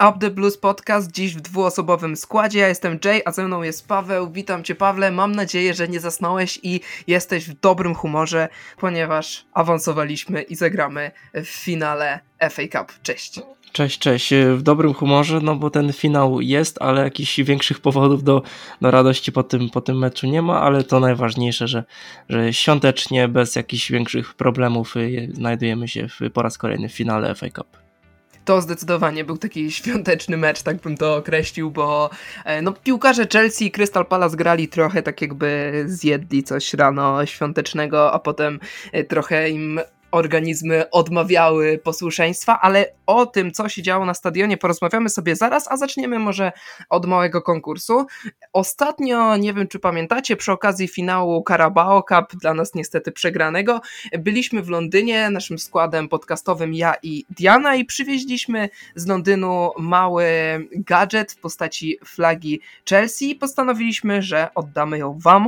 Up the Blues Podcast, dziś w dwuosobowym składzie. Ja jestem Jay, a ze mną jest Paweł. Witam Cię, Pawle. Mam nadzieję, że nie zasnąłeś i jesteś w dobrym humorze, ponieważ awansowaliśmy i zagramy w finale FA Cup. Cześć. Cześć. W dobrym humorze, no bo ten finał jest, ale jakichś większych powodów do radości po tym meczu nie ma, ale to najważniejsze, że świątecznie, bez jakichś większych problemów znajdujemy się po raz kolejny w finale FA Cup. To zdecydowanie był taki świąteczny mecz, tak bym to określił, bo piłkarze Chelsea i Crystal Palace grali trochę tak jakby zjedli coś rano świątecznego, a potem trochę im organizmy odmawiały posłuszeństwa, ale o tym, co się działo na stadionie, porozmawiamy sobie zaraz, a zaczniemy może od małego konkursu. Ostatnio, nie wiem czy pamiętacie, przy okazji finału Carabao Cup, dla nas niestety przegranego, byliśmy w Londynie naszym składem podcastowym, ja i Diana, i przywieźliśmy z Londynu mały gadżet w postaci flagi Chelsea i postanowiliśmy, że oddamy ją wam.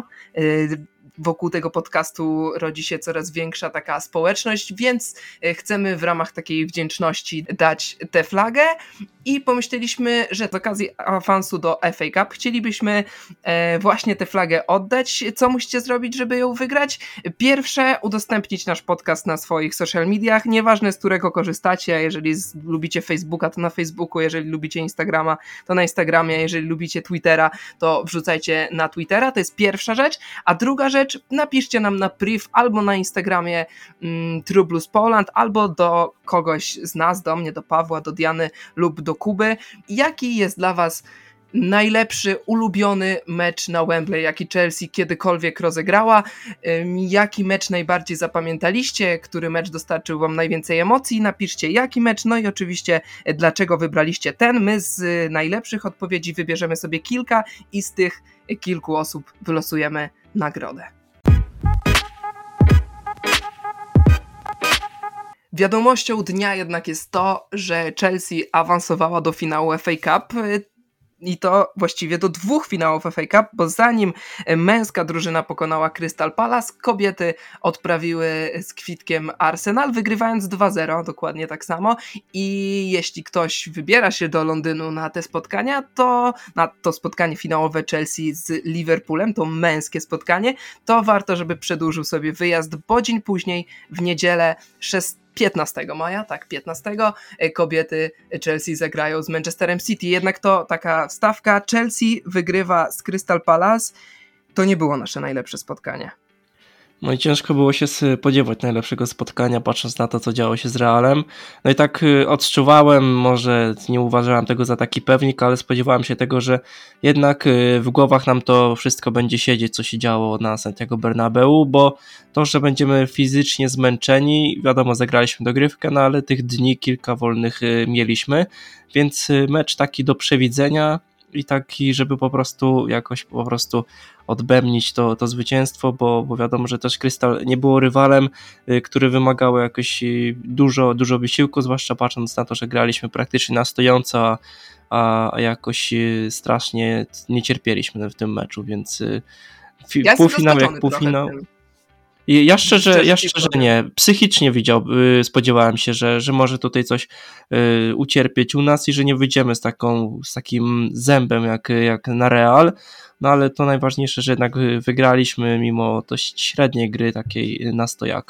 Wokół tego podcastu rodzi się coraz większa taka społeczność, więc chcemy w ramach takiej wdzięczności dać tę flagę i pomyśleliśmy, że z okazji awansu do FA Cup chcielibyśmy właśnie tę flagę oddać. Co musicie zrobić, żeby ją wygrać? Pierwsze, udostępnić nasz podcast na swoich social mediach, nieważne z którego korzystacie, jeżeli lubicie Facebooka, to na Facebooku, jeżeli lubicie Instagrama, to na Instagramie, jeżeli lubicie Twittera, to wrzucajcie na Twittera, to jest pierwsza rzecz, a druga rzecz, napiszcie nam na priv albo na Instagramie True Blues Poland, albo do kogoś z nas, do mnie, do Pawła, do Diany lub do Kuby, jaki jest dla was najlepszy, ulubiony mecz na Wembley, jaki Chelsea kiedykolwiek rozegrała, jaki mecz najbardziej zapamiętaliście, który mecz dostarczył wam najwięcej emocji, napiszcie jaki mecz, no i oczywiście dlaczego wybraliście ten. My z najlepszych odpowiedzi wybierzemy sobie kilka i z tych kilku osób wylosujemy nagrodę. Wiadomością dnia jednak jest to, że Chelsea awansowała do finału FA Cup i to właściwie do 2 finałów FA Cup, bo zanim męska drużyna pokonała Crystal Palace, kobiety odprawiły z kwitkiem Arsenal, wygrywając 2-0, dokładnie tak samo, i jeśli ktoś wybiera się do Londynu na te spotkania, to na to spotkanie finałowe Chelsea z Liverpoolem, to męskie spotkanie, to warto, żeby przedłużył sobie wyjazd, bo dzień później w niedzielę 15 maja, tak, 15 kobiety Chelsea zagrają z Manchesterem City. Jednak to taka wstawka, Chelsea wygrywa z Crystal Palace. To nie było nasze najlepsze spotkanie. No i ciężko było się spodziewać najlepszego spotkania, patrząc na to, co działo się z Realem. No i tak odczuwałem, może nie uważałem tego za taki pewnik, ale spodziewałem się tego, że jednak w głowach nam to wszystko będzie siedzieć, co się działo na Santiago Bernabeu, bo to, że będziemy fizycznie zmęczeni, wiadomo, zagraliśmy dogrywkę, no ale tych dni kilka wolnych mieliśmy, więc mecz taki do przewidzenia i taki, żeby po prostu jakoś odbemnić to zwycięstwo, bo wiadomo, że też Crystal nie było rywalem, który wymagał jakoś dużo wysiłku, zwłaszcza patrząc na to, że graliśmy praktycznie na stojąco, a jakoś strasznie nie cierpieliśmy w tym meczu, więc półfinał jak półfinał. Ja szczerze nie. Psychicznie spodziewałem się, że może tutaj coś ucierpieć u nas i że nie wyjdziemy z takim zębem jak na Real, no ale to najważniejsze, że jednak wygraliśmy mimo dość średniej gry takiej na stojaka.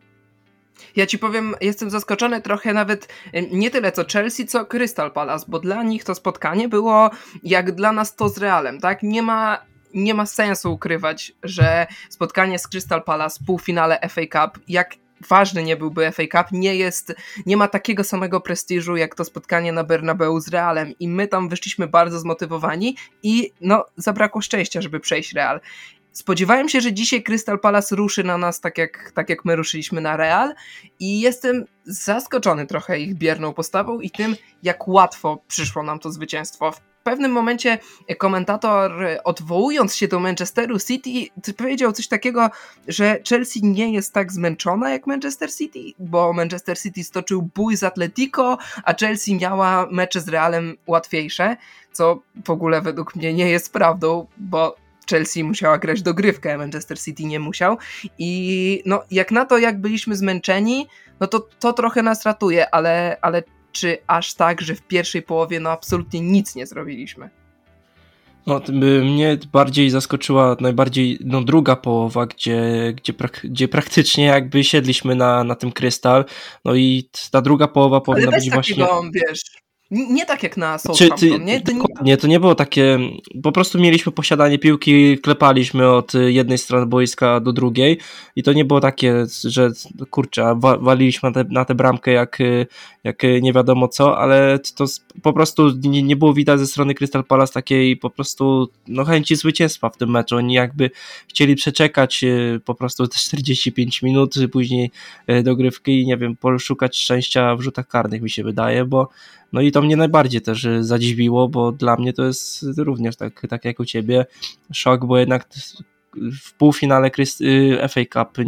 Ja ci powiem, jestem zaskoczony trochę nawet nie tyle co Chelsea, co Crystal Palace, bo dla nich to spotkanie było jak dla nas to z Realem, tak? Nie ma sensu ukrywać, że spotkanie z Crystal Palace w półfinale FA Cup, jak ważny nie byłby FA Cup, nie ma takiego samego prestiżu jak to spotkanie na Bernabeu z Realem i my tam wyszliśmy bardzo zmotywowani i zabrakło szczęścia, żeby przejść Real. Spodziewałem się, że dzisiaj Crystal Palace ruszy na nas tak jak my ruszyliśmy na Real i jestem zaskoczony trochę ich bierną postawą i tym, jak łatwo przyszło nam to zwycięstwo. W pewnym momencie komentator, odwołując się do Manchesteru City, powiedział coś takiego, że Chelsea nie jest tak zmęczona jak Manchester City, bo Manchester City stoczył bój z Atletico, a Chelsea miała mecze z Realem łatwiejsze, co w ogóle według mnie nie jest prawdą, bo Chelsea musiała grać dogrywkę, Manchester City nie musiał i jak na to, jak byliśmy zmęczeni, no to trochę nas ratuje, ale czy aż tak, że w pierwszej połowie no absolutnie nic nie zrobiliśmy? No, mnie bardziej zaskoczyła najbardziej druga połowa, gdzie praktycznie jakby siedliśmy na tym Krystal, no i ta druga połowa powinna być właśnie... Ale bez takiego, wiesz, nie tak jak na Southampton, nie? Dokładnie, to nie było takie, po prostu mieliśmy posiadanie piłki, klepaliśmy od jednej strony boiska do drugiej i to nie było takie, że kurczę, waliliśmy na tę bramkę jak nie wiadomo co, ale to po prostu nie było widać ze strony Crystal Palace takiej po prostu chęci zwycięstwa w tym meczu. Oni jakby chcieli przeczekać po prostu te 45 minut, później dogrywki i nie wiem, poszukać szczęścia w rzutach karnych, mi się wydaje, bo no i to mnie najbardziej też zadziwiło, bo dla mnie to jest również tak jak u ciebie szok, bo jednak w półfinale FA Cup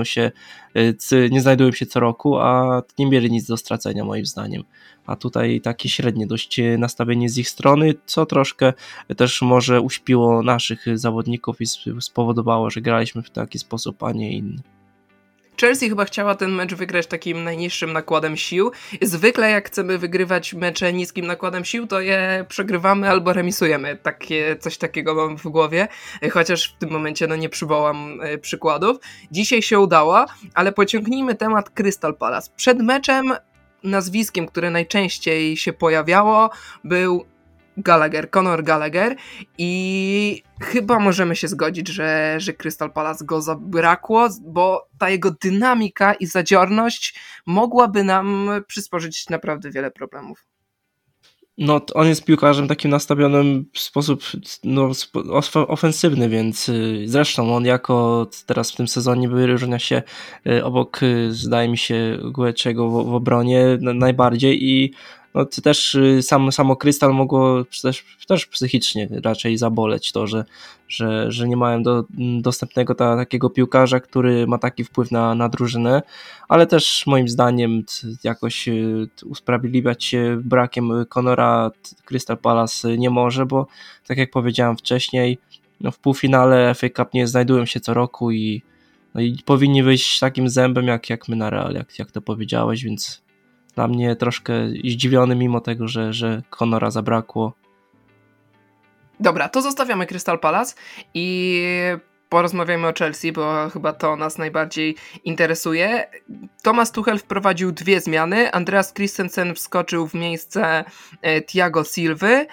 nie znajdują się co roku, a nie mieli nic do stracenia moim zdaniem. A tutaj takie średnie dość nastawienie z ich strony, co troszkę też może uśpiło naszych zawodników i spowodowało, że graliśmy w taki sposób, a nie inny. Chelsea chyba chciała ten mecz wygrać takim najniższym nakładem sił. Zwykle jak chcemy wygrywać mecze niskim nakładem sił, to je przegrywamy albo remisujemy. Coś takiego mam w głowie, chociaż w tym momencie nie przywołam przykładów. Dzisiaj się udało, ale pociągnijmy temat Crystal Palace. Przed meczem nazwiskiem, które najczęściej się pojawiało, był Conor Gallagher i chyba możemy się zgodzić, że Crystal Palace go zabrakło, bo ta jego dynamika i zadziorność mogłaby nam przysporzyć naprawdę wiele problemów. No, on jest piłkarzem takim nastawionym w sposób ofensywny, więc zresztą on jako teraz w tym sezonie wyróżnia się obok, zdaje mi się, Guecci'ego w obronie najbardziej i no, też samo Crystal mogło też psychicznie raczej zaboleć to, że nie mają dostępnego takiego piłkarza, który ma taki wpływ na drużynę, ale też moim zdaniem jakoś usprawiedliwiać się brakiem Conora Crystal Palace nie może, bo tak jak powiedziałem wcześniej, w półfinale FA Cup nie znajdują się co roku i powinni wyjść takim zębem jak my na Real, jak to powiedziałeś, więc dla mnie troszkę zdziwiony mimo tego, że Conora zabrakło. Dobra, to zostawiamy Crystal Palace i porozmawiamy o Chelsea, bo chyba to nas najbardziej interesuje. Thomas Tuchel wprowadził 2 zmiany. Andreas Christensen wskoczył w miejsce Thiago Silvy.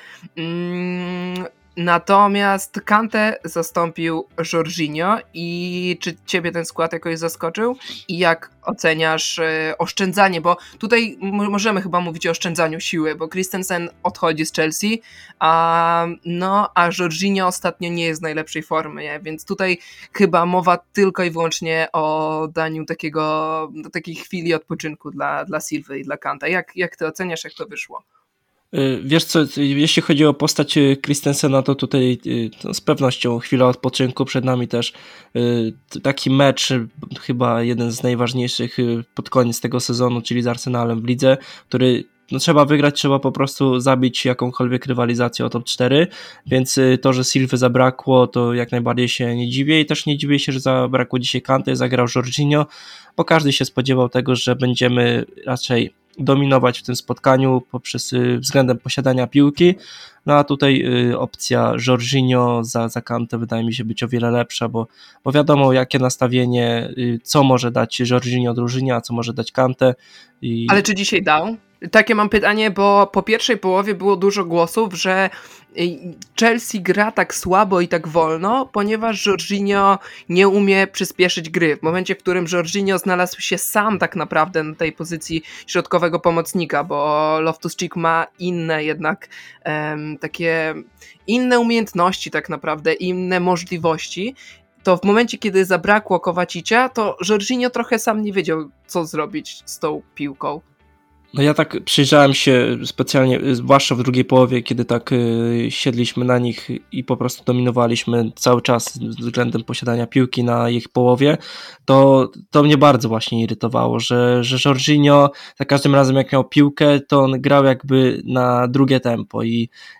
Natomiast Kante zastąpił Jorginho i czy ciebie ten skład jakoś zaskoczył? I jak oceniasz oszczędzanie, bo tutaj możemy chyba mówić o oszczędzaniu siły, bo Christensen odchodzi z Chelsea, a Jorginho ostatnio nie jest w najlepszej formie, nie? Więc tutaj chyba mowa tylko i wyłącznie o daniu takiej chwili odpoczynku dla Silvy i dla Kante. Jak ty oceniasz, jak to wyszło? Wiesz co, jeśli chodzi o postać Christensena, to tutaj z pewnością chwila odpoczynku, przed nami też taki mecz, chyba jeden z najważniejszych pod koniec tego sezonu, czyli z Arsenalem w lidze, który trzeba wygrać, trzeba po prostu zabić jakąkolwiek rywalizację o top 4, więc to, że Silvy zabrakło, to jak najbardziej się nie dziwię i też nie dziwię się, że zabrakło dzisiaj Kanty, zagrał Jorginho, bo każdy się spodziewał tego, że będziemy raczej dominować w tym spotkaniu poprzez względem posiadania piłki, no a tutaj opcja Jorginho za Kantę wydaje mi się być o wiele lepsza, bo wiadomo jakie nastawienie, co może dać Jorginho drużynie, a co może dać Kantę. Ale czy dzisiaj dał? Takie mam pytanie, bo po pierwszej połowie było dużo głosów, że Chelsea gra tak słabo i tak wolno, ponieważ Jorginho nie umie przyspieszyć gry. W momencie, w którym Jorginho znalazł się sam tak naprawdę na tej pozycji środkowego pomocnika, bo Loftus-Cheek ma inne jednak takie inne umiejętności tak naprawdę, inne możliwości, to w momencie, kiedy zabrakło Kovacicia, to Jorginho trochę sam nie wiedział, co zrobić z tą piłką. No ja tak przyjrzałem się specjalnie, zwłaszcza w drugiej połowie, kiedy tak siedliśmy na nich i po prostu dominowaliśmy cały czas względem posiadania piłki na ich połowie, to mnie bardzo właśnie irytowało, że Jorginho za każdym razem jak miał piłkę, to on grał jakby na drugie tempo i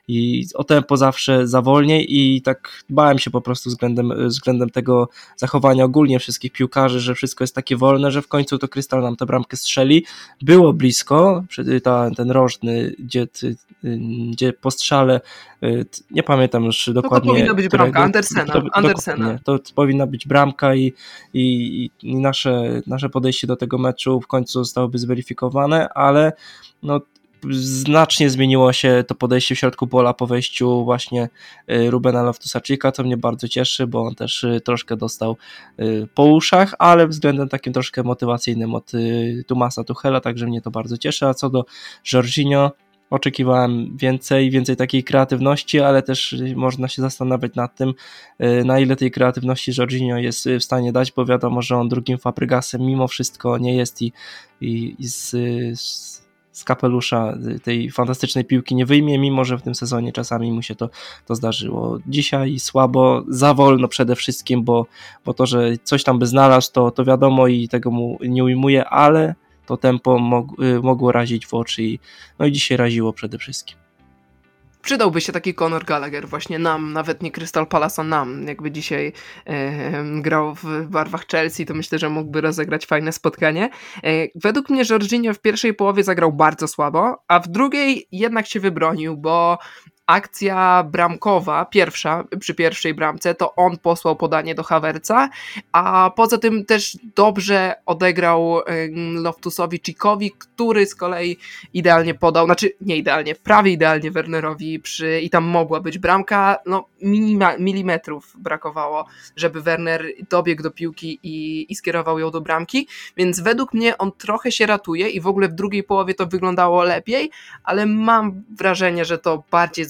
i o tempo zawsze za wolniej i tak bałem się po prostu względem tego zachowania ogólnie wszystkich piłkarzy, że wszystko jest takie wolne, że w końcu to Krystal nam tę bramkę strzeli. Było blisko, ten rożny, gdzie po strzale, nie pamiętam już dokładnie. To powinna być bramka Andersena. To powinna być bramka i nasze podejście do tego meczu w końcu zostałoby zweryfikowane, ale no znacznie zmieniło się to podejście w środku pola po wejściu właśnie Rubena Loftusa-Cheeka, co mnie bardzo cieszy, bo on też troszkę dostał po uszach, ale względem takim troszkę motywacyjnym od Thomasa Tuchela, także mnie to bardzo cieszy. A co do Jorginho, oczekiwałem więcej takiej kreatywności, ale też można się zastanawiać nad tym, na ile tej kreatywności Jorginho jest w stanie dać, bo wiadomo, że on drugim Fabregasem mimo wszystko nie jest i z kapelusza tej fantastycznej piłki nie wyjmie, mimo że w tym sezonie czasami mu się to zdarzyło. Dzisiaj słabo, za wolno przede wszystkim, bo to, że coś tam by znalazł, to wiadomo i tego mu nie ujmuje, ale to tempo mogło razić w oczy i dzisiaj raziło przede wszystkim. Przydałby się taki Conor Gallagher właśnie nam, nawet nie Crystal Palace, a nam. Jakby dzisiaj grał w barwach Chelsea, to myślę, że mógłby rozegrać fajne spotkanie. Według mnie Jorginho w pierwszej połowie zagrał bardzo słabo, a w drugiej jednak się wybronił, bo akcja bramkowa, przy pierwszej bramce, to on posłał podanie do Havertza, a poza tym też dobrze odegrał Loftusowi-Cheekowi, który z kolei idealnie podał, znaczy nie idealnie, prawie idealnie Wernerowi i tam mogła być bramka, no milimetrów brakowało, żeby Werner dobiegł do piłki i skierował ją do bramki, więc według mnie on trochę się ratuje i w ogóle w drugiej połowie to wyglądało lepiej, ale mam wrażenie, że to bardziej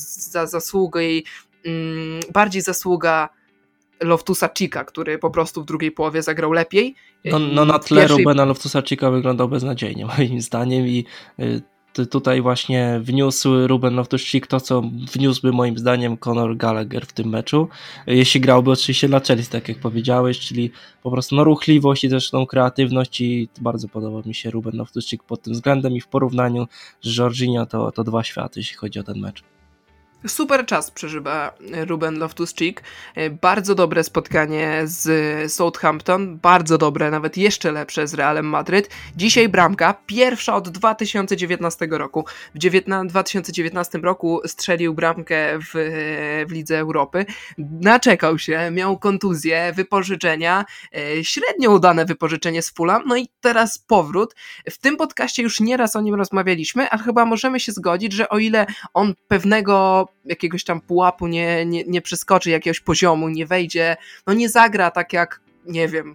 zasługa Loftusa-Cheeka, który po prostu w drugiej połowie zagrał lepiej. No na tle Rubena Loftusa-Cheeka wyglądał beznadziejnie moim zdaniem i tutaj właśnie wniósł Ruben Loftus-Cheek to, co wniósłby moim zdaniem Conor Gallagher w tym meczu, jeśli grałby oczywiście dla Chelsea, tak jak powiedziałeś, czyli po prostu ruchliwość i też kreatywność i bardzo podoba mi się Ruben Loftus-Cheek pod tym względem i w porównaniu z Jorginho to dwa światy, jeśli chodzi o ten mecz. Super czas przeżywa Ruben Loftus-Cheek. Bardzo dobre spotkanie z Southampton, bardzo dobre, nawet jeszcze lepsze z Realem Madryt. Dzisiaj bramka, pierwsza od 2019 roku. W 2019 roku strzelił bramkę w Lidze Europy. Naczekał się, miał kontuzję, wypożyczenia, średnio udane wypożyczenie z Fulham, no i teraz powrót. W tym podcaście już nieraz o nim rozmawialiśmy, a chyba możemy się zgodzić, że o ile on pewnego jakiegoś tam pułapu nie przeskoczy, jakiegoś poziomu, nie wejdzie, no nie zagra tak jak, nie wiem,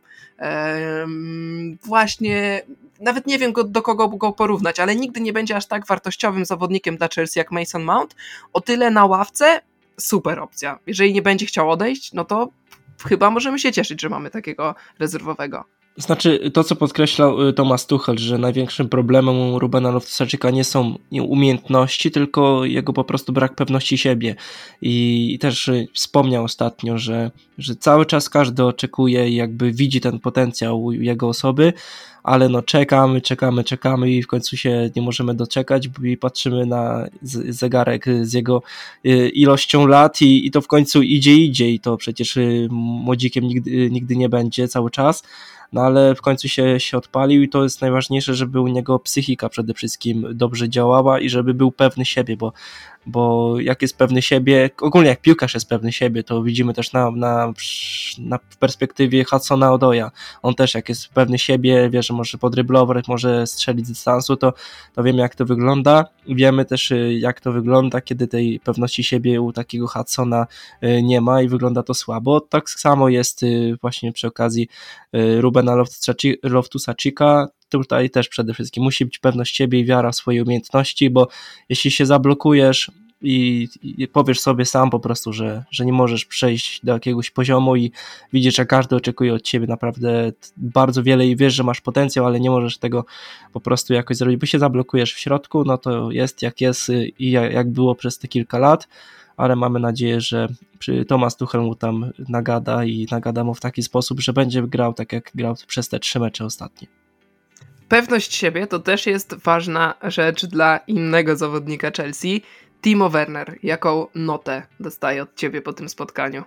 właśnie, nawet nie wiem do kogo go porównać, ale nigdy nie będzie aż tak wartościowym zawodnikiem dla Chelsea jak Mason Mount, o tyle na ławce super opcja. Jeżeli nie będzie chciał odejść, no to chyba możemy się cieszyć, że mamy takiego rezerwowego. Znaczy, to co podkreślał Thomas Tuchel, że największym problemem u Rubena Loftusa-Cheeka nie są umiejętności, tylko jego po prostu brak pewności siebie. I też wspomniał ostatnio, że cały czas każdy oczekuje i jakby widzi ten potencjał jego osoby, ale no czekamy i w końcu się nie możemy doczekać i patrzymy na zegarek z jego ilością lat i to w końcu idzie i to przecież młodzikiem nigdy nie będzie cały czas. No ale w końcu się odpalił i to jest najważniejsze, żeby u niego psychika przede wszystkim dobrze działała i żeby był pewny siebie, bo jak jest pewny siebie, ogólnie jak piłkarz jest pewny siebie, to widzimy też na perspektywie Hudsona Odoja. On też jak jest pewny siebie, wie, że może podryblować, może strzelić z dystansu, to wiemy jak to wygląda. Wiemy też jak to wygląda, kiedy tej pewności siebie u takiego Hudsona nie ma i wygląda to słabo. Tak samo jest właśnie przy okazji Rubena Loftusa-Cheeka. Tutaj też przede wszystkim musi być pewność siebie i wiara w swoje umiejętności, bo jeśli się zablokujesz i powiesz sobie sam po prostu, że nie możesz przejść do jakiegoś poziomu i widzisz, że każdy oczekuje od ciebie naprawdę bardzo wiele i wiesz, że masz potencjał, ale nie możesz tego po prostu jakoś zrobić, bo się zablokujesz w środku, no to jest jak jest i jak było przez te kilka lat, ale mamy nadzieję, że Thomas Tuchel mu tam nagada mu w taki sposób, że będzie grał tak jak grał przez te 3 mecze ostatnie. Pewność siebie to też jest ważna rzecz dla innego zawodnika Chelsea, Timo Werner, jaką notę dostaje od ciebie po tym spotkaniu?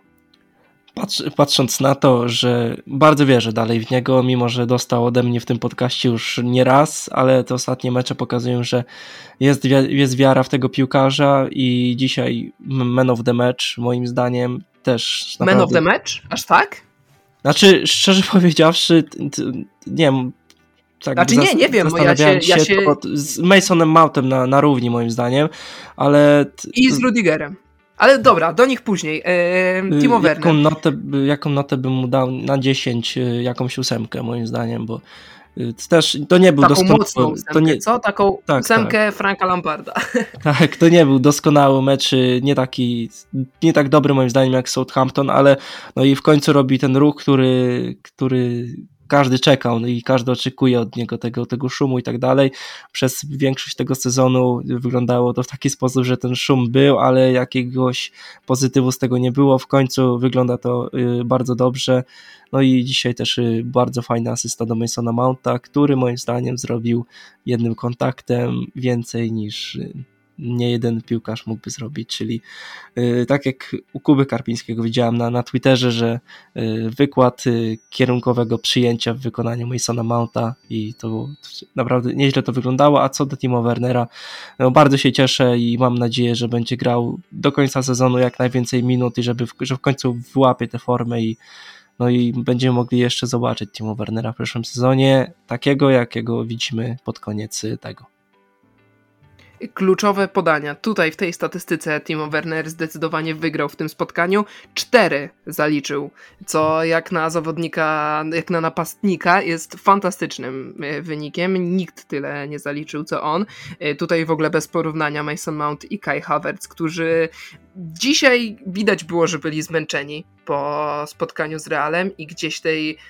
Patrząc na to, że bardzo wierzę dalej w niego, mimo że ode mnie w tym podcaście już nie raz, ale te ostatnie mecze pokazują, że jest wiara w tego piłkarza i dzisiaj man of the match moim zdaniem też. Naprawdę... Man of the match? Aż tak? Znaczy, szczerze powiedziawszy, nie wiem. Tak, znaczy nie wiem, bo ja się... z Masonem Mountem na równi moim zdaniem, ale... I z Rudigerem. Ale dobra, do nich później. Timo Werner. Jaką notę bym mu dał na 10, jakąś 8 moim zdaniem, bo też to nie był doskonały... Taką ósemkę Franka Lamparda. Tak, to nie był doskonały mecz, nie tak dobry moim zdaniem jak Southampton, ale no i w końcu robi ten ruch, który każdy czekał i każdy oczekuje od niego tego szumu i tak dalej. Przez większość tego sezonu wyglądało to w taki sposób, że ten szum był, ale jakiegoś pozytywu z tego nie było. W końcu wygląda to bardzo dobrze. No i dzisiaj też bardzo fajna asysta do Masona Mounta, który moim zdaniem zrobił jednym kontaktem więcej niż nie jeden piłkarz mógłby zrobić, czyli tak jak u Kuby Karpińskiego widziałem na Twitterze, że wykład kierunkowego przyjęcia w wykonaniu Masona Mounta i to naprawdę nieźle to wyglądało, a co do Timo Wernera, no bardzo się cieszę i mam nadzieję, że będzie grał do końca sezonu jak najwięcej minut i że w końcu wyłapie tę formę i będziemy mogli jeszcze zobaczyć Timo Wernera w przyszłym sezonie, takiego jakiego widzimy pod koniec tego. Kluczowe podania. Tutaj w tej statystyce Timo Werner zdecydowanie wygrał w tym spotkaniu. 4 zaliczył, co jak na zawodnika, jak na napastnika jest fantastycznym wynikiem. Nikt tyle nie zaliczył co on. Tutaj w ogóle bez porównania Mason Mount i Kai Havertz, którzy dzisiaj widać było, że byli zmęczeni po spotkaniu z Realem i gdzieś tej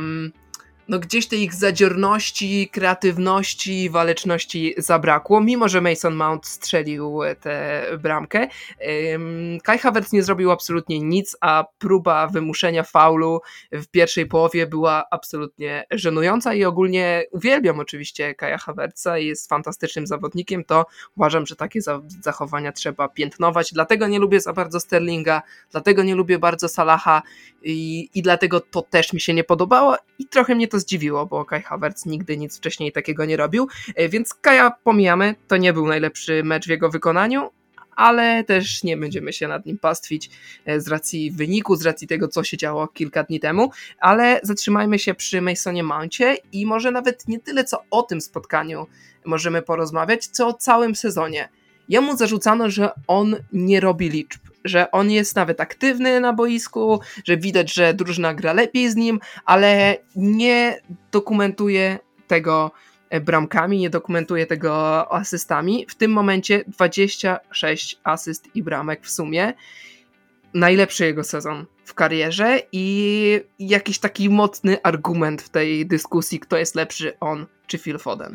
ich zadziorności, kreatywności, waleczności zabrakło, mimo że Mason Mount strzelił tę bramkę. Kai Havertz nie zrobił absolutnie nic, a próba wymuszenia faulu w pierwszej połowie była absolutnie żenująca i ogólnie uwielbiam oczywiście Kaja Havertza i jest fantastycznym zawodnikiem, to uważam, że takie zachowania trzeba piętnować, dlatego nie lubię za bardzo Sterlinga, dlatego nie lubię bardzo Salaha i dlatego to też mi się nie podobało i trochę mnie to zdziwiło, bo Kai Havertz nigdy nic wcześniej takiego nie robił, więc Kaja pomijamy, to nie był najlepszy mecz w jego wykonaniu, ale też nie będziemy się nad nim pastwić z racji wyniku, z racji tego, co się działo kilka dni temu, ale zatrzymajmy się przy Masonie Mouncie i może nawet nie tyle, co o tym spotkaniu możemy porozmawiać, co o całym sezonie. Jemu zarzucano, że on nie robi liczb, że on jest nawet aktywny na boisku, że widać, że drużyna gra lepiej z nim, ale nie dokumentuje tego bramkami, nie dokumentuje tego asystami. W tym momencie 26 asyst i bramek w sumie. Najlepszy jego sezon w karierze i jakiś taki mocny argument w tej dyskusji, kto jest lepszy, on czy Phil Foden.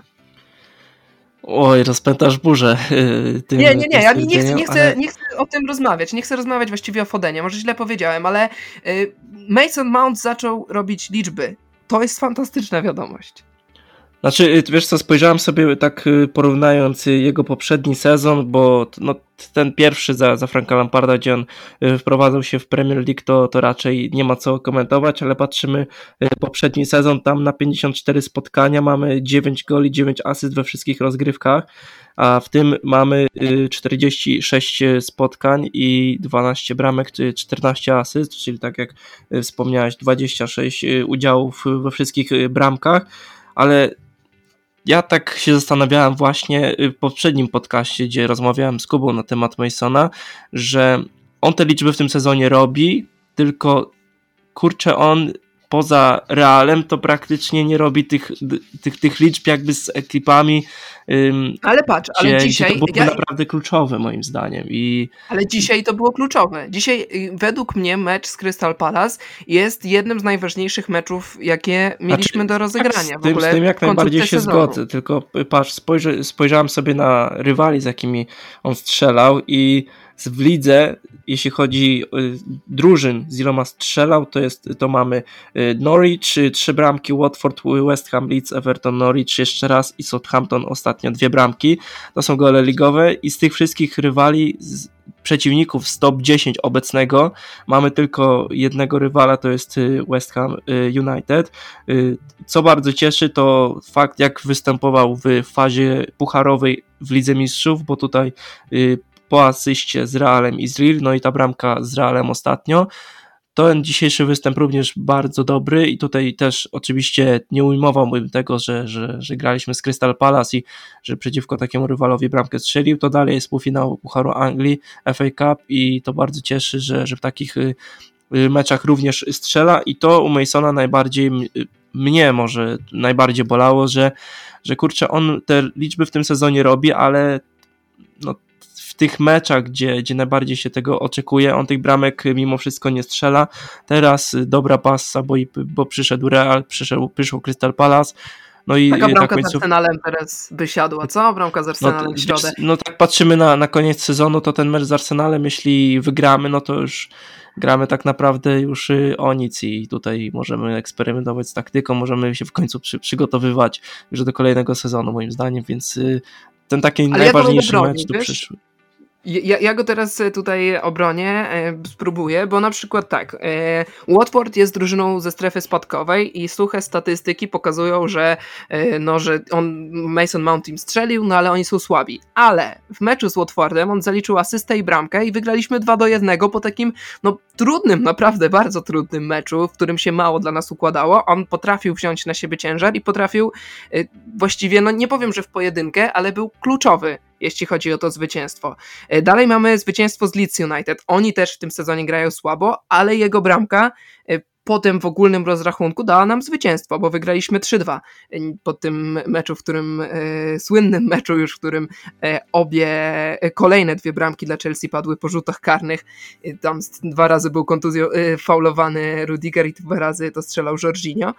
Oj, rozpętasz burzę. Ja nie chcę o tym rozmawiać. Nie chcę rozmawiać właściwie o Fodenie. Może źle powiedziałem, ale Mason Mount zaczął robić liczby. To jest fantastyczna wiadomość. Znaczy, wiesz co, spojrzałem sobie tak porównując jego poprzedni sezon, bo no, ten pierwszy za Franka Lamparda, gdzie on wprowadzał się w Premier League, to raczej nie ma co komentować, ale patrzymy poprzedni sezon, tam na 54 spotkania mamy 9 goli, 9 asyst we wszystkich rozgrywkach, a w tym mamy 46 spotkań i 12 bramek, 14 asyst, czyli tak jak wspomniałeś, 26 udziałów we wszystkich bramkach, ale ja tak się zastanawiałem właśnie w poprzednim podcaście, gdzie rozmawiałem z Kubą na temat Masona, że on te liczby w tym sezonie robi, tylko kurczę, on poza Realem to praktycznie nie robi tych liczb jakby z ekipami, ale patrz, ale dzisiaj to było naprawdę kluczowe moim zdaniem. Ale dzisiaj to było kluczowe. Dzisiaj według mnie mecz z Crystal Palace jest jednym z najważniejszych meczów, jakie mieliśmy do rozegrania. Z tym jak najbardziej się zgodzę, tylko patrz, spojrzałem sobie na rywali, z jakimi on strzelał i w lidze, jeśli chodzi drużyn, z iloma strzelał, to mamy Norwich, 3 bramki, Watford, West Ham, Leeds, Everton, Norwich jeszcze raz i Southampton ostatnio 2 bramki. To są gole ligowe i z tych wszystkich rywali, przeciwników z top 10 obecnego mamy tylko jednego rywala, to jest West Ham United. Co bardzo cieszy, to fakt, jak występował w fazie pucharowej w Lidze Mistrzów, bo tutaj po asyście z Realem i z Lille, no i ta bramka z Realem ostatnio. Ten dzisiejszy występ również bardzo dobry i tutaj też oczywiście nie ujmowałbym tego, że graliśmy z Crystal Palace i że przeciwko takiemu rywalowi bramkę strzelił, to dalej jest półfinał Pucharu Anglii, FA Cup i to bardzo cieszy, że w takich meczach również strzela i to u Masona mnie może najbardziej bolało, że kurczę, on te liczby w tym sezonie robi, ale no, w tych meczach, gdzie najbardziej się tego oczekuje, on tych bramek mimo wszystko nie strzela. Teraz dobra passa, bo przyszedł Real, przyszło Crystal Palace. No i taka bramka z Arsenalem teraz by siadła, co? Bramka z Arsenalem w środę. No tak patrzymy na koniec sezonu, to ten mecz z Arsenalem, jeśli wygramy, no to już gramy tak naprawdę już o nic i tutaj możemy eksperymentować z taktyką, możemy się w końcu przygotowywać już do kolejnego sezonu moim zdaniem, więc ten taki najważniejszy mecz tu przyszły. Ja go teraz tutaj obronię, spróbuję, bo na przykład tak, Watford jest drużyną ze strefy spadkowej i suche statystyki pokazują, że Mason Mount im strzelił, no ale oni są słabi. Ale w meczu z Watfordem on zaliczył asystę i bramkę i wygraliśmy 2-1 po takim trudnym, naprawdę bardzo trudnym meczu, w którym się mało dla nas układało. On potrafił wziąć na siebie ciężar i potrafił właściwie, nie powiem, że w pojedynkę, ale był kluczowy, jeśli chodzi o to zwycięstwo. Dalej mamy zwycięstwo z Leeds United. Oni też w tym sezonie grają słabo, ale jego bramka potem w ogólnym rozrachunku dała nam zwycięstwo, bo wygraliśmy 3-2 po tym meczu, słynnym meczu już, w którym kolejne 2 bramki dla Chelsea padły po rzutach karnych. Tam 2 razy był faulowany Rudiger i 2 razy to strzelał Jorginho.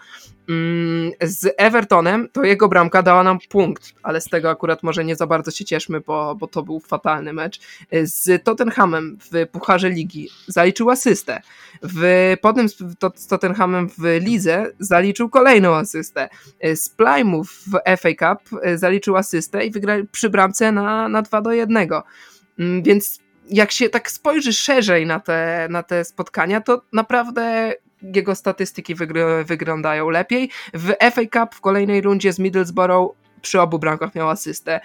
Z Evertonem to jego bramka dała nam punkt, ale z tego akurat może nie za bardzo się cieszmy, bo to był fatalny mecz. Z Tottenhamem w Pucharze Ligi zaliczył asystę. Potem z Tottenhamem w lidze zaliczył kolejną asystę. Z Plymouth w FA Cup zaliczył asystę i wygrał przy bramce na 2-1. Więc jak się tak spojrzy szerzej na te spotkania, to naprawdę jego statystyki wyglądają lepiej. W FA Cup w kolejnej rundzie z Middlesbrough przy obu bramkach miał asystę.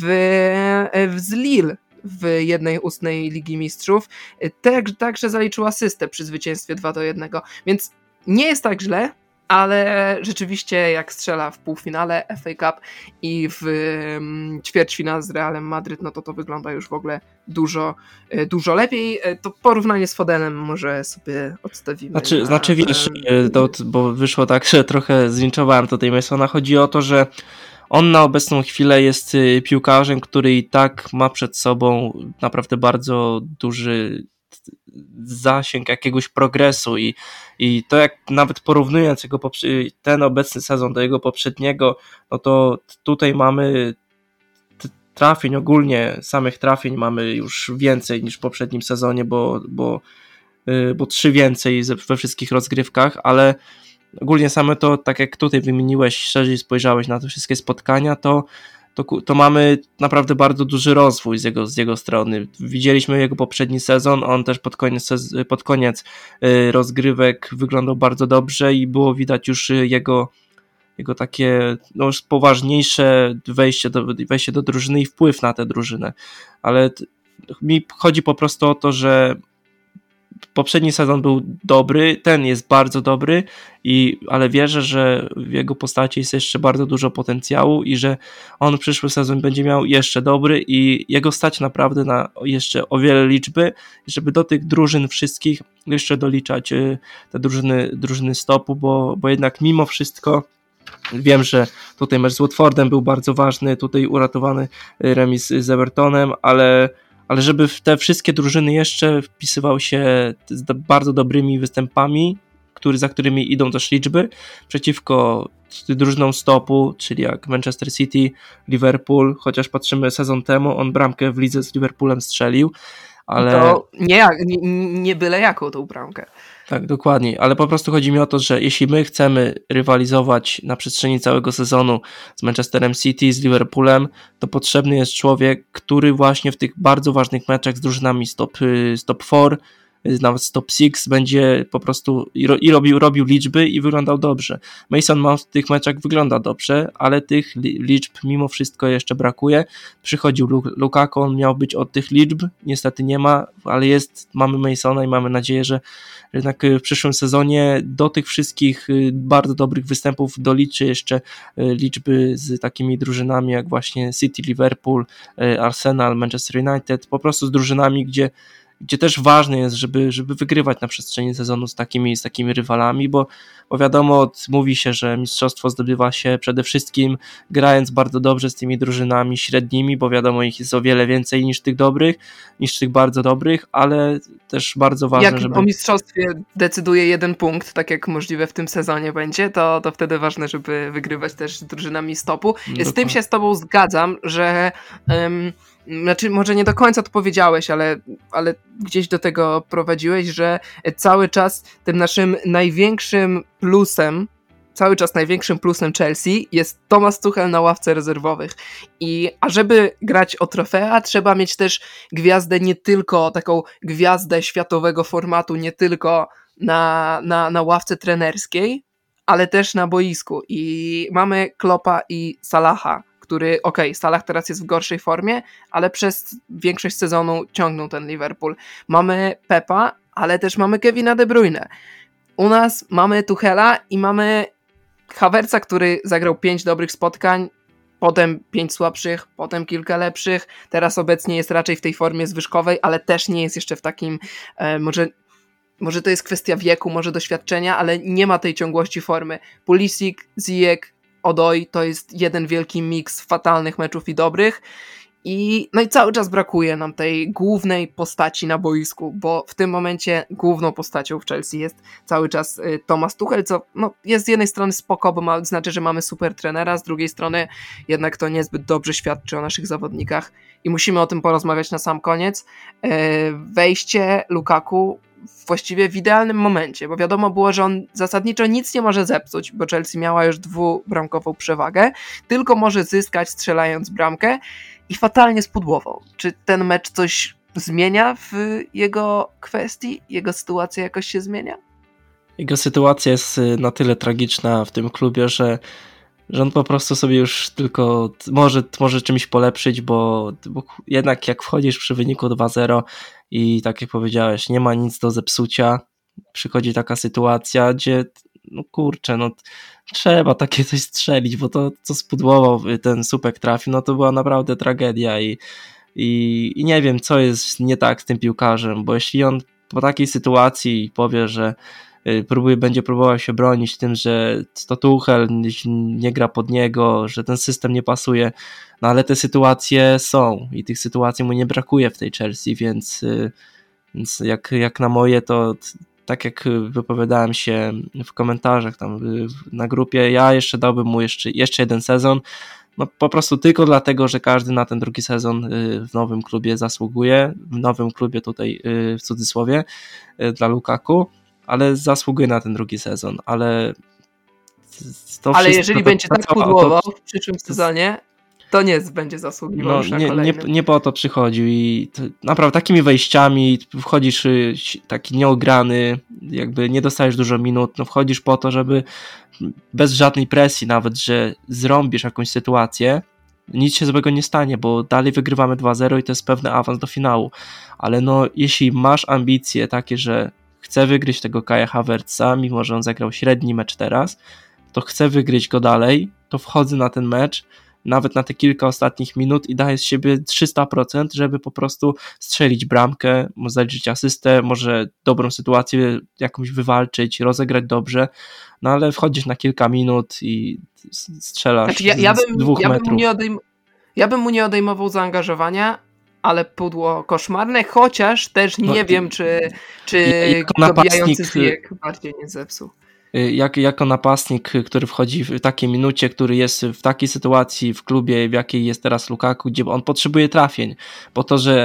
Z Lille w 1/8 Ligi Mistrzów także zaliczył asystę przy zwycięstwie 2-1. Więc nie jest tak źle, ale rzeczywiście jak strzela w półfinale FA Cup i w ćwierćfinale z Realem Madryt, no to wygląda już w ogóle dużo lepiej. To porównanie z Fodenem może sobie odstawimy. Znaczy wiesz, bo wyszło tak, że trochę zlinczowałem tutaj Masona. Chodzi o to, że on na obecną chwilę jest piłkarzem, który i tak ma przed sobą naprawdę bardzo duży zasięg jakiegoś progresu i to jak nawet porównując ten obecny sezon do jego poprzedniego, no to tutaj mamy trafień, ogólnie samych trafień mamy już więcej niż w poprzednim sezonie, bo 3 więcej we wszystkich rozgrywkach, ale ogólnie same to, tak jak tutaj wymieniłeś, szerzej spojrzałeś na te wszystkie spotkania, to mamy naprawdę bardzo duży rozwój z jego strony. Widzieliśmy jego poprzedni sezon, on też pod koniec rozgrywek wyglądał bardzo dobrze i było widać już jego takie już poważniejsze wejście do drużyny i wpływ na tę drużynę. Ale mi chodzi po prostu o to, że poprzedni sezon był dobry, ten jest bardzo dobry, ale wierzę, że w jego postaci jest jeszcze bardzo dużo potencjału i że on przyszły sezon będzie miał jeszcze dobry i jego stać naprawdę na jeszcze o wiele liczby, żeby do tych drużyn wszystkich jeszcze doliczać te drużyny stopu, bo jednak mimo wszystko wiem, że tutaj mecz z Watfordem był bardzo ważny, tutaj uratowany remis z Evertonem, ale żeby w te wszystkie drużyny jeszcze wpisywał się z bardzo dobrymi występami, za którymi idą też liczby, przeciwko drużynom stopu, czyli jak Manchester City, Liverpool, chociaż patrzymy sezon temu, on bramkę w lidze z Liverpoolem strzelił, ale... To nie byle jaką tą bramkę. Tak, dokładnie, ale po prostu chodzi mi o to, że jeśli my chcemy rywalizować na przestrzeni całego sezonu z Manchesterem City, z Liverpoolem, to potrzebny jest człowiek, który właśnie w tych bardzo ważnych meczach z drużynami z top 4, nawet z top 6 będzie po prostu robił liczby i wyglądał dobrze. Mason Mount w tych meczach wygląda dobrze, ale tych liczb mimo wszystko jeszcze brakuje. Przychodził Lukaku, on miał być od tych liczb, niestety nie ma, ale mamy Masona i mamy nadzieję, że jednak w przyszłym sezonie do tych wszystkich bardzo dobrych występów doliczy jeszcze liczby z takimi drużynami jak właśnie City, Liverpool, Arsenal, Manchester United, po prostu z drużynami, gdzie też ważne jest, żeby wygrywać na przestrzeni sezonu z takimi rywalami, bo wiadomo, mówi się, że mistrzostwo zdobywa się przede wszystkim grając bardzo dobrze z tymi drużynami średnimi, bo wiadomo, ich jest o wiele więcej niż tych dobrych, niż tych bardzo dobrych, ale też bardzo ważne, jak o mistrzostwie decyduje 1 punkt, tak jak możliwe w tym sezonie będzie, to wtedy ważne, żeby wygrywać też z drużynami z topu. Z tym się z tobą zgadzam, że znaczy może nie do końca to powiedziałeś, ale gdzieś do tego prowadziłeś, że cały czas tym naszym największym plusem Chelsea jest Thomas Tuchel na ławce rezerwowych. A żeby grać o trofea, trzeba mieć też gwiazdę, nie tylko taką gwiazdę światowego formatu, nie tylko na ławce trenerskiej, ale też na boisku. I mamy Kloppa i Salaha, który, Salah teraz jest w gorszej formie, ale przez większość sezonu ciągnął ten Liverpool. Mamy Pepa, ale też mamy Kevina De Bruyne. U nas mamy Tuchela i mamy Havertza, który zagrał 5 dobrych spotkań, potem 5 słabszych, potem kilka lepszych. Teraz obecnie jest raczej w tej formie zwyżkowej, ale też nie jest jeszcze w takim, może to jest kwestia wieku, może doświadczenia, ale nie ma tej ciągłości formy. Pulisic, Ziyech, Odoi to jest jeden wielki miks fatalnych meczów i dobrych. No i cały czas brakuje nam tej głównej postaci na boisku, bo w tym momencie główną postacią w Chelsea jest cały czas Thomas Tuchel, co jest z jednej strony spoko, bo znaczy, że mamy super trenera, z drugiej strony jednak to niezbyt dobrze świadczy o naszych zawodnikach i musimy o tym porozmawiać na sam koniec. Wejście Lukaku właściwie w idealnym momencie, bo wiadomo było, że on zasadniczo nic nie może zepsuć, bo Chelsea miała już 2-bramkową przewagę, tylko może zyskać strzelając bramkę i fatalnie spudłował. Czy ten mecz coś zmienia w jego kwestii? Jego sytuacja jakoś się zmienia? Jego sytuacja jest na tyle tragiczna w tym klubie, że on po prostu sobie już tylko może czymś polepszyć, bo jednak jak wchodzisz przy wyniku 2-0 i tak jak powiedziałeś, nie ma nic do zepsucia, przychodzi taka sytuacja, gdzie trzeba takie coś strzelić, bo to co spudłował ten słupek trafił, to była naprawdę tragedia i nie wiem, co jest nie tak z tym piłkarzem, bo jeśli on po takiej sytuacji powie, że będzie próbował się bronić tym, że to Tuchel nie gra pod niego, że ten system nie pasuje, ale te sytuacje są i tych sytuacji mu nie brakuje w tej Chelsea, więc jak na moje, to tak jak wypowiadałem się w komentarzach tam na grupie, ja jeszcze dałbym mu jeszcze 1 sezon, po prostu tylko dlatego, że każdy na ten drugi sezon w nowym klubie zasługuje, w nowym klubie tutaj w cudzysłowie dla Lukaku, ale zasługuje na ten drugi sezon, ale jeżeli będzie tak pudłował w przyszłym sezonie, to nie będzie zasługiwał już na kolejnym. Nie po to przychodził i naprawdę takimi wejściami wchodzisz taki nieograny, jakby nie dostajesz dużo minut, wchodzisz po to, żeby bez żadnej presji nawet, że zrąbisz jakąś sytuację, nic się złego nie stanie, bo dalej wygrywamy 2-0 i to jest pewny awans do finału, ale jeśli masz ambicje takie, że chcę wygryźć tego Kaja Havertza, mimo że on zagrał średni mecz teraz, to chcę wygryźć go dalej, to wchodzę na ten mecz, nawet na te kilka ostatnich minut i daję z siebie 300%, żeby po prostu strzelić bramkę, zaliczyć asystę, może dobrą sytuację jakąś wywalczyć, rozegrać dobrze, ale wchodzisz na kilka minut i strzelasz z 2 metrów. Ja bym mu nie odejmował zaangażowania, ale pudło koszmarne, chociaż też nie wiem, czy dobijający Ziyech bardziej nie zepsuł. Jako napastnik, który wchodzi w takiej minucie, który jest w takiej sytuacji w klubie, w jakiej jest teraz Lukaku, gdzie on potrzebuje trafień, po to, że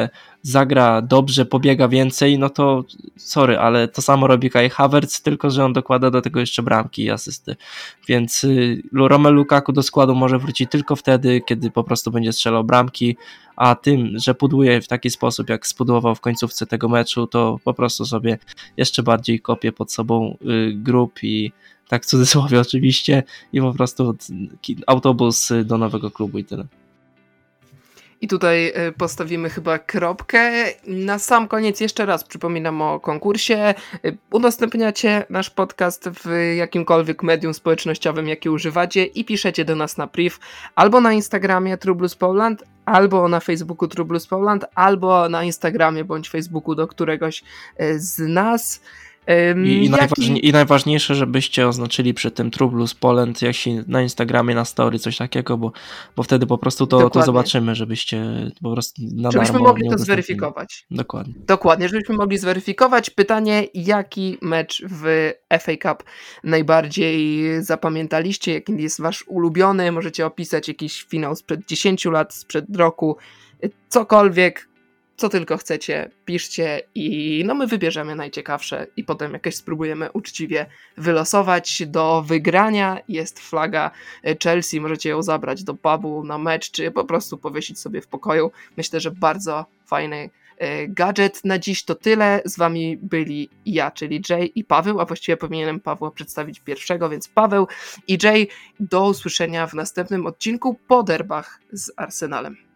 zagra dobrze, pobiega więcej, no to sorry, ale to samo robi Kai Havertz, tylko że on dokłada do tego jeszcze bramki i asysty. Więc Romelu Lukaku do składu może wrócić tylko wtedy, kiedy po prostu będzie strzelał bramki, a tym, że pudłuje w taki sposób, jak spudłował w końcówce tego meczu, to po prostu sobie jeszcze bardziej kopie pod sobą grób i tak w cudzysłowie oczywiście i po prostu autobus do nowego klubu i tyle. I tutaj postawimy chyba kropkę. Na sam koniec jeszcze raz przypominam o konkursie. Udostępniacie nasz podcast w jakimkolwiek medium społecznościowym, jakie używacie i piszecie do nas na priv albo na Instagramie Trublus Poland, albo na Facebooku Trublus Poland, albo na Instagramie bądź Facebooku do któregoś z nas. I najważniejsze, żebyście oznaczyli przy tym Trublus Poland, jak się na Instagramie, na story, coś takiego, bo wtedy po prostu to zobaczymy, żebyście po prostu na darmo żebyśmy mogli to zweryfikować. Dokładnie, żebyśmy mogli zweryfikować. Pytanie, jaki mecz w FA Cup najbardziej zapamiętaliście, jaki jest wasz ulubiony, możecie opisać jakiś finał sprzed 10 lat, sprzed roku, cokolwiek, co tylko chcecie, piszcie i no my wybierzemy najciekawsze i potem jakieś spróbujemy uczciwie wylosować. Do wygrania jest flaga Chelsea, możecie ją zabrać do pubu na mecz, czy po prostu powiesić sobie w pokoju. Myślę, że bardzo fajny gadżet. Na dziś to tyle. Z wami byli ja, czyli Jay i Paweł, a właściwie powinienem Pawła przedstawić pierwszego, więc Paweł i Jay, do usłyszenia w następnym odcinku po derbach z Arsenalem.